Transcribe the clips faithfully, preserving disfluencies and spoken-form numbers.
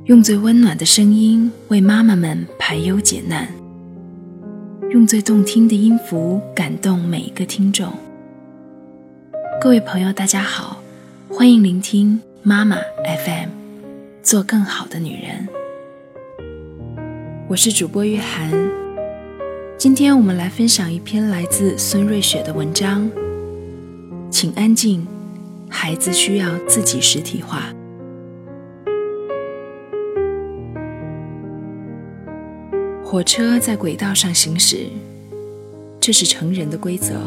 用最温暖的声音为妈妈们排忧解难，用最动听的音符感动每一个听众。各位朋友大家好，欢迎聆听妈妈 F M， 做更好的女人。我是主播约涵，今天我们来分享一篇来自孙瑞雪的文章，请安静，孩子需要自己实体化。火车在轨道上行驶，这是成人的规则。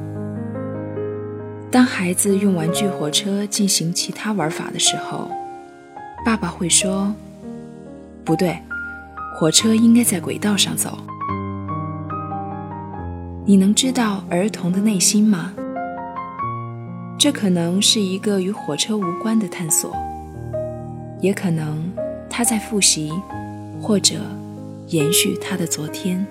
当孩子用玩具火车进行其他玩法的时候，爸爸会说，不对，火车应该在轨道上走。你能知道儿童的内心吗？这可能是一个与火车无关的探索，也可能他在复习，或者延续他的昨天。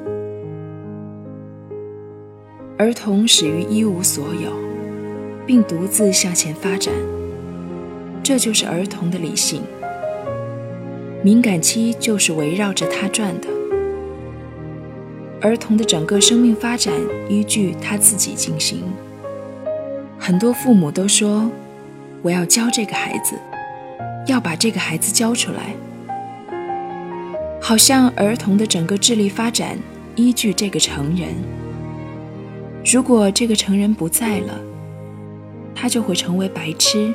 儿童始于一无所有，并独自向前发展，这就是儿童的理性。敏感期就是围绕着他转的。儿童的整个生命发展依据他自己进行。很多父母都说，我要教这个孩子，要把这个孩子教出来，好像儿童的整个智力发展依据这个成人。如果这个成人不在了，他就会成为白痴。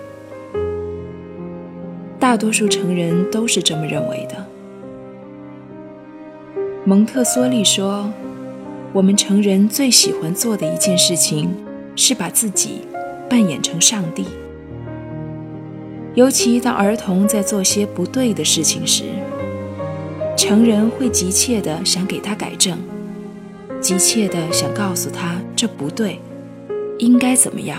大多数成人都是这么认为的。蒙特梭利说，我们成人最喜欢做的一件事情是把自己扮演成上帝。尤其当儿童在做些不对的事情时，成人会急切地想给他改正，急切地想告诉他这不对，应该怎么样。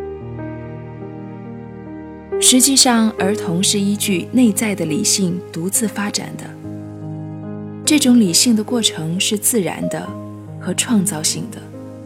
实际上，儿童是依据内在的理性独自发展的。这种理性的过程是自然的和创造性的。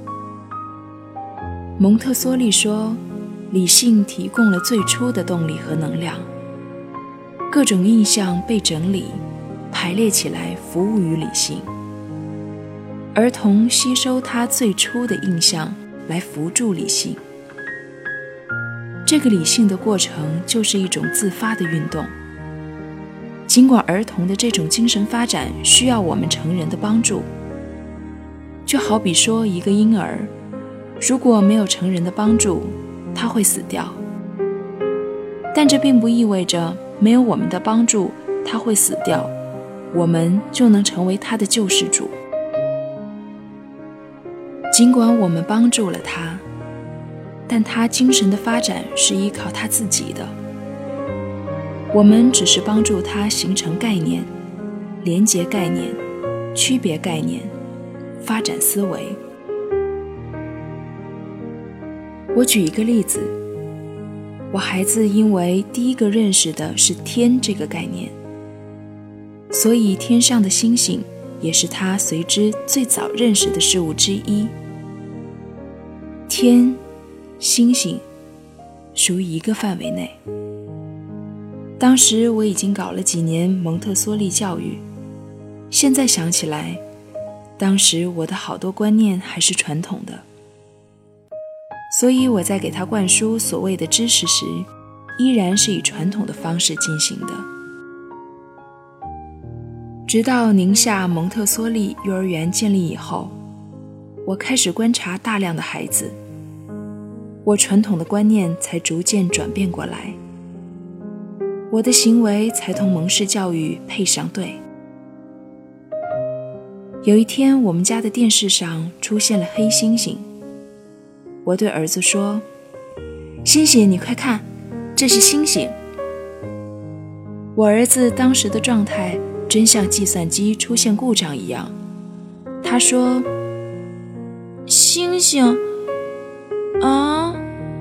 蒙特梭利说，理性提供了最初的动力和能量，各种印象被整理排列起来服务于理性，儿童吸收他最初的印象来辅助理性。这个理性的过程就是一种自发的运动。尽管儿童的这种精神发展需要我们成人的帮助，就好比说一个婴儿，如果没有成人的帮助，他会死掉。但这并不意味着没有我们的帮助，他会死掉，我们就能成为他的救世主。尽管我们帮助了他，但他精神的发展是依靠他自己的。我们只是帮助他形成概念、连结概念、区别概念、发展思维。我举一个例子，我孩子因为第一个认识的是天这个概念，所以天上的星星也是他随之最早认识的事物之一。天、星星属于一个范围内。当时我已经搞了几年蒙特梭利教育，现在想起来，当时我的好多观念还是传统的，所以我在给他灌输所谓的知识时，依然是以传统的方式进行的。直到宁夏蒙特梭利幼儿园建立以后，我开始观察大量的孩子，我传统的观念才逐渐转变过来，我的行为才同蒙氏教育配上对。有一天，我们家的电视上出现了黑猩猩，我对儿子说，星星，你快看，这是星星。我儿子当时的状态真像计算机出现故障一样，他说，星星啊，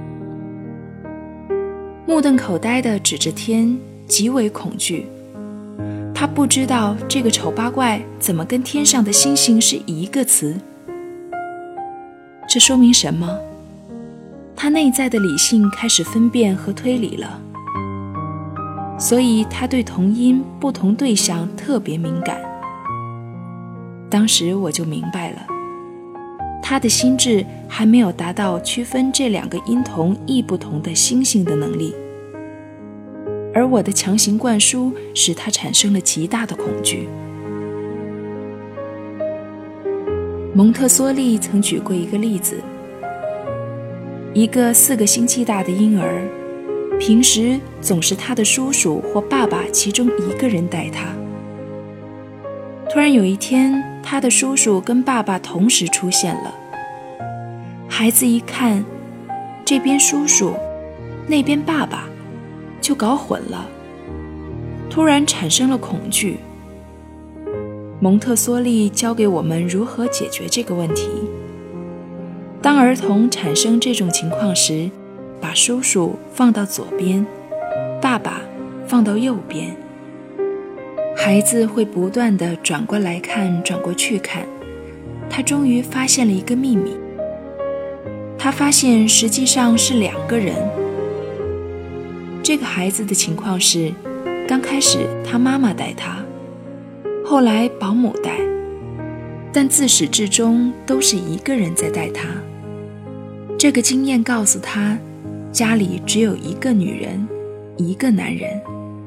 目瞪口呆地指着天，极为恐惧。他不知道这个丑八怪怎么跟天上的星星是一个词。这说明什么？他内在的理性开始分辨和推理了。 所以他对同音不同对象特别敏感。当时我就明白了，他的心智还没有达到区分这两个音同义不同的星星的能力，而我的强行灌输使他产生了极大的恐惧。蒙特梭利曾举过一个例子，一个四个星期大的婴儿，平时总是他的叔叔或爸爸其中一个人带他。突然有一天，他的叔叔跟爸爸同时出现了。孩子一看，这边叔叔，那边爸爸，就搞混了，突然产生了恐惧。蒙特梭利教给我们如何解决这个问题。当儿童产生这种情况时，把叔叔放到左边，爸爸放到右边。孩子会不断地转过来看，转过去看。他终于发现了一个秘密。他发现实际上是两个人。这个孩子的情况是，刚开始他妈妈带他，后来保姆带，但自始至终都是一个人在带他。这个经验告诉他，家里只有一个女人，一个男人。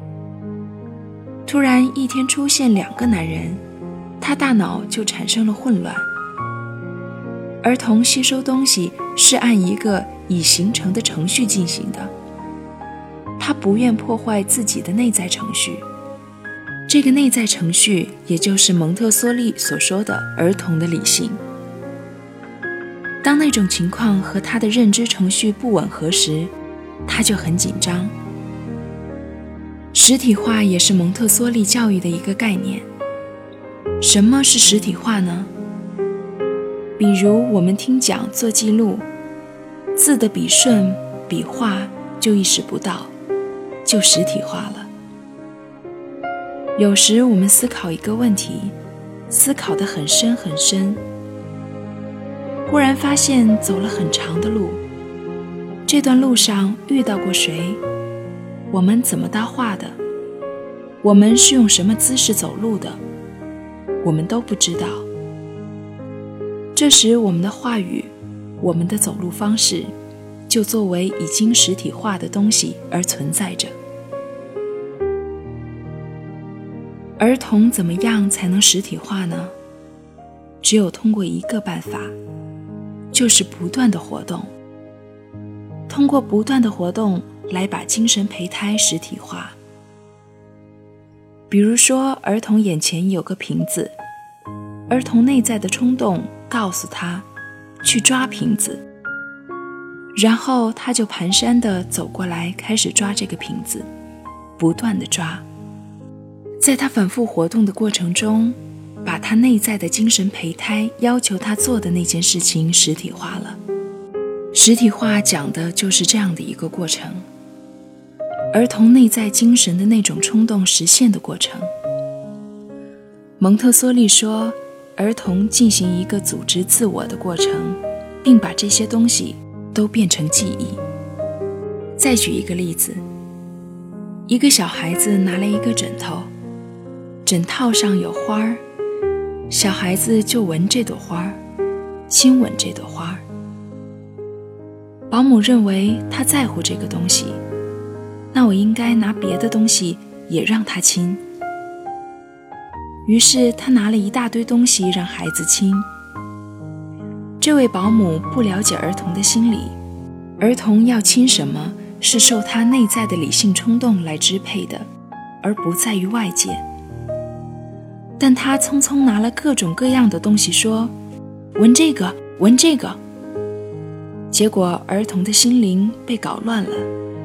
突然一天出现两个男人，他大脑就产生了混乱。儿童吸收东西是按一个已形成的程序进行的，他不愿破坏自己的内在程序。这个内在程序也就是蒙特梭利所说的儿童的理性。当那种情况和他的认知程序不吻合时，他就很紧张。实体化也是蒙特梭利教育的一个概念。什么是实体化呢？比如我们听讲做记录，字的笔顺笔画就意识不到，就实体化了。有时我们思考一个问题，思考得很深很深，忽然发现走了很长的路，这段路上遇到过谁，我们怎么搭话的，我们是用什么姿势走路的，我们都不知道。这时我们的话语，我们的走路方式，就作为已经实体化的东西而存在着。儿童怎么样才能实体化呢？只有通过一个办法，就是不断的活动。通过不断的活动来把精神胚胎实体化。比如说，儿童眼前有个瓶子，儿童内在的冲动告诉他去抓瓶子，然后他就蹒跚地走过来，开始抓这个瓶子，不断地抓。在他反复活动的过程中，把他内在的精神胚胎要求他做的那件事情实体化了。实体化讲的就是这样的一个过程，儿童内在精神的那种冲动实现的过程。蒙特梭利说，儿童进行一个组织自我的过程，并把这些东西都变成记忆。再举一个例子，一个小孩子拿来一个枕头，枕套上有花儿，小孩子就闻这朵花，亲吻这朵花。保姆认为他在乎这个东西，那我应该拿别的东西也让他亲。于是他拿了一大堆东西让孩子亲。这位保姆不了解儿童的心理，儿童要亲什么是受他内在的理性冲动来支配的，而不在于外界。但他匆匆拿了各种各样的东西说，闻这个，闻这个。结果儿童的心灵被搞乱了。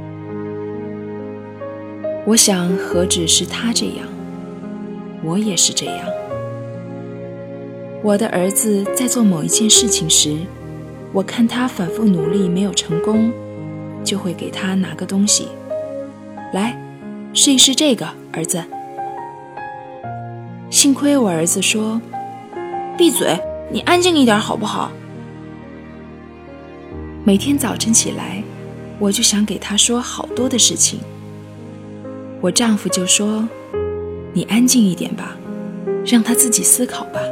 我想何止是他这样，我也是这样。我的儿子在做某一件事情时，我看他反复努力没有成功，就会给他拿个东西，来，试一试这个，儿子。幸亏我儿子说，闭嘴，你安静一点好不好？每天早晨起来，我就想给他说好多的事情。 我丈夫就说，你安静一点吧，让他自己思考吧。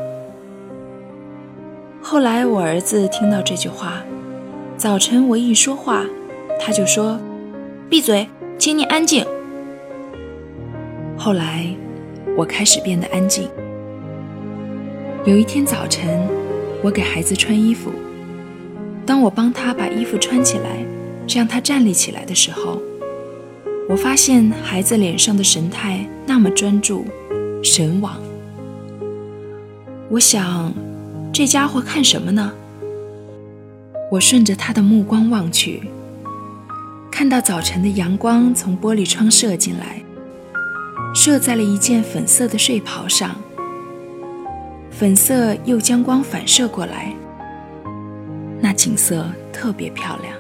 后来我儿子听到这句话，早晨我一说话，他就说，闭嘴，请你安静。后来我开始变得安静。有一天早晨，我给孩子穿衣服，当我帮他把衣服穿起来，让他站立起来的时候，我发现孩子脸上的神态那么专注神往。我想，这家伙看什么呢？我顺着他的目光望去，看到早晨的阳光从玻璃窗射进来，射在了一件粉色的睡袍上，粉色又将光反射过来，那景色特别漂亮。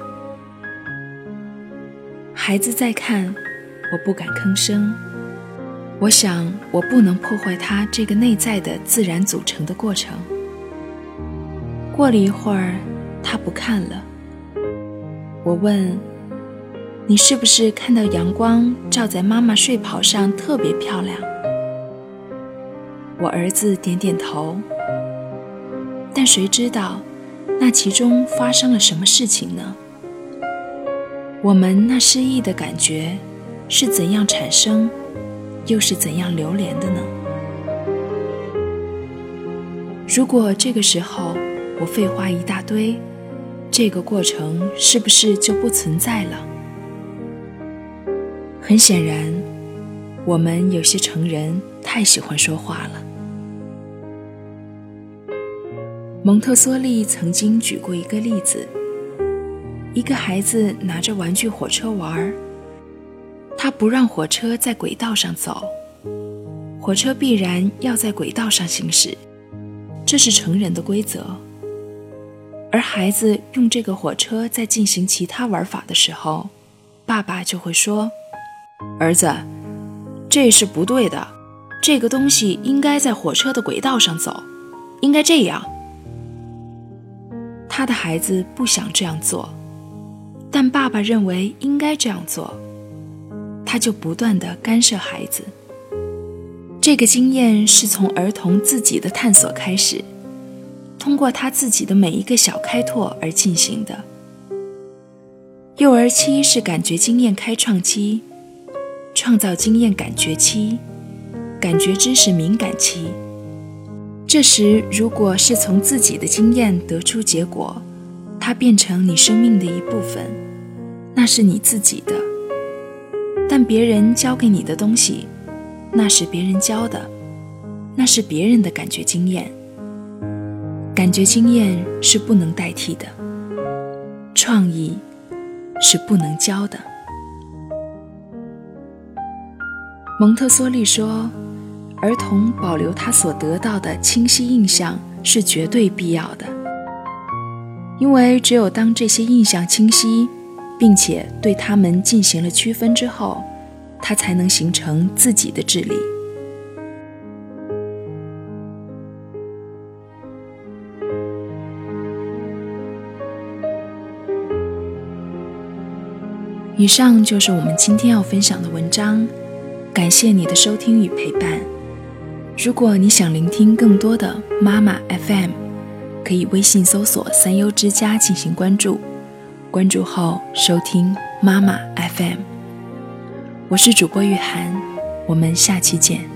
孩子在看，我不敢吭声。我想，我不能破坏他这个内在的自然组成的过程。过了一会儿，他不看了。我问，你是不是看到阳光照在妈妈睡袍上特别漂亮？我儿子点点头。但谁知道，那其中发生了什么事情呢？我们那诗意的感觉是怎样产生，又是怎样流连的呢？如果这个时候我废话一大堆，这个过程是不是就不存在了？很显然，我们有些成人太喜欢说话了。蒙特梭利曾经举过一个例子，一个孩子拿着玩具火车玩，他不让火车在轨道上走，火车必然要在轨道上行驶，这是成人的规则。而孩子用这个火车在进行其他玩法的时候，爸爸就会说，儿子，这是不对的，这个东西应该在火车的轨道上走，应该这样。他的孩子不想这样做，但爸爸认为应该这样做，他就不断地干涉孩子。这个经验是从儿童自己的探索开始，通过他自己的每一个小开拓而进行的。幼儿期是感觉经验开创期，创造经验感觉期，感觉知识敏感期。这时如果是从自己的经验得出结果，它变成你生命的一部分，那是你自己的。但别人教给你的东西，那是别人教的，那是别人的感觉经验。感觉经验是不能代替的，创意是不能教的。蒙特梭利说，儿童保留他所得到的清晰印象是绝对必要的，因为只有当这些印象清晰，并且对他们进行了区分之后，他才能形成自己的智力。以上就是我们今天要分享的文章，感谢你的收听与陪伴。如果你想聆听更多的妈妈 F M， 可以微信搜索三优之家进行关注，关注后收听妈妈 F M。 我是主播玉涵，我们下期见。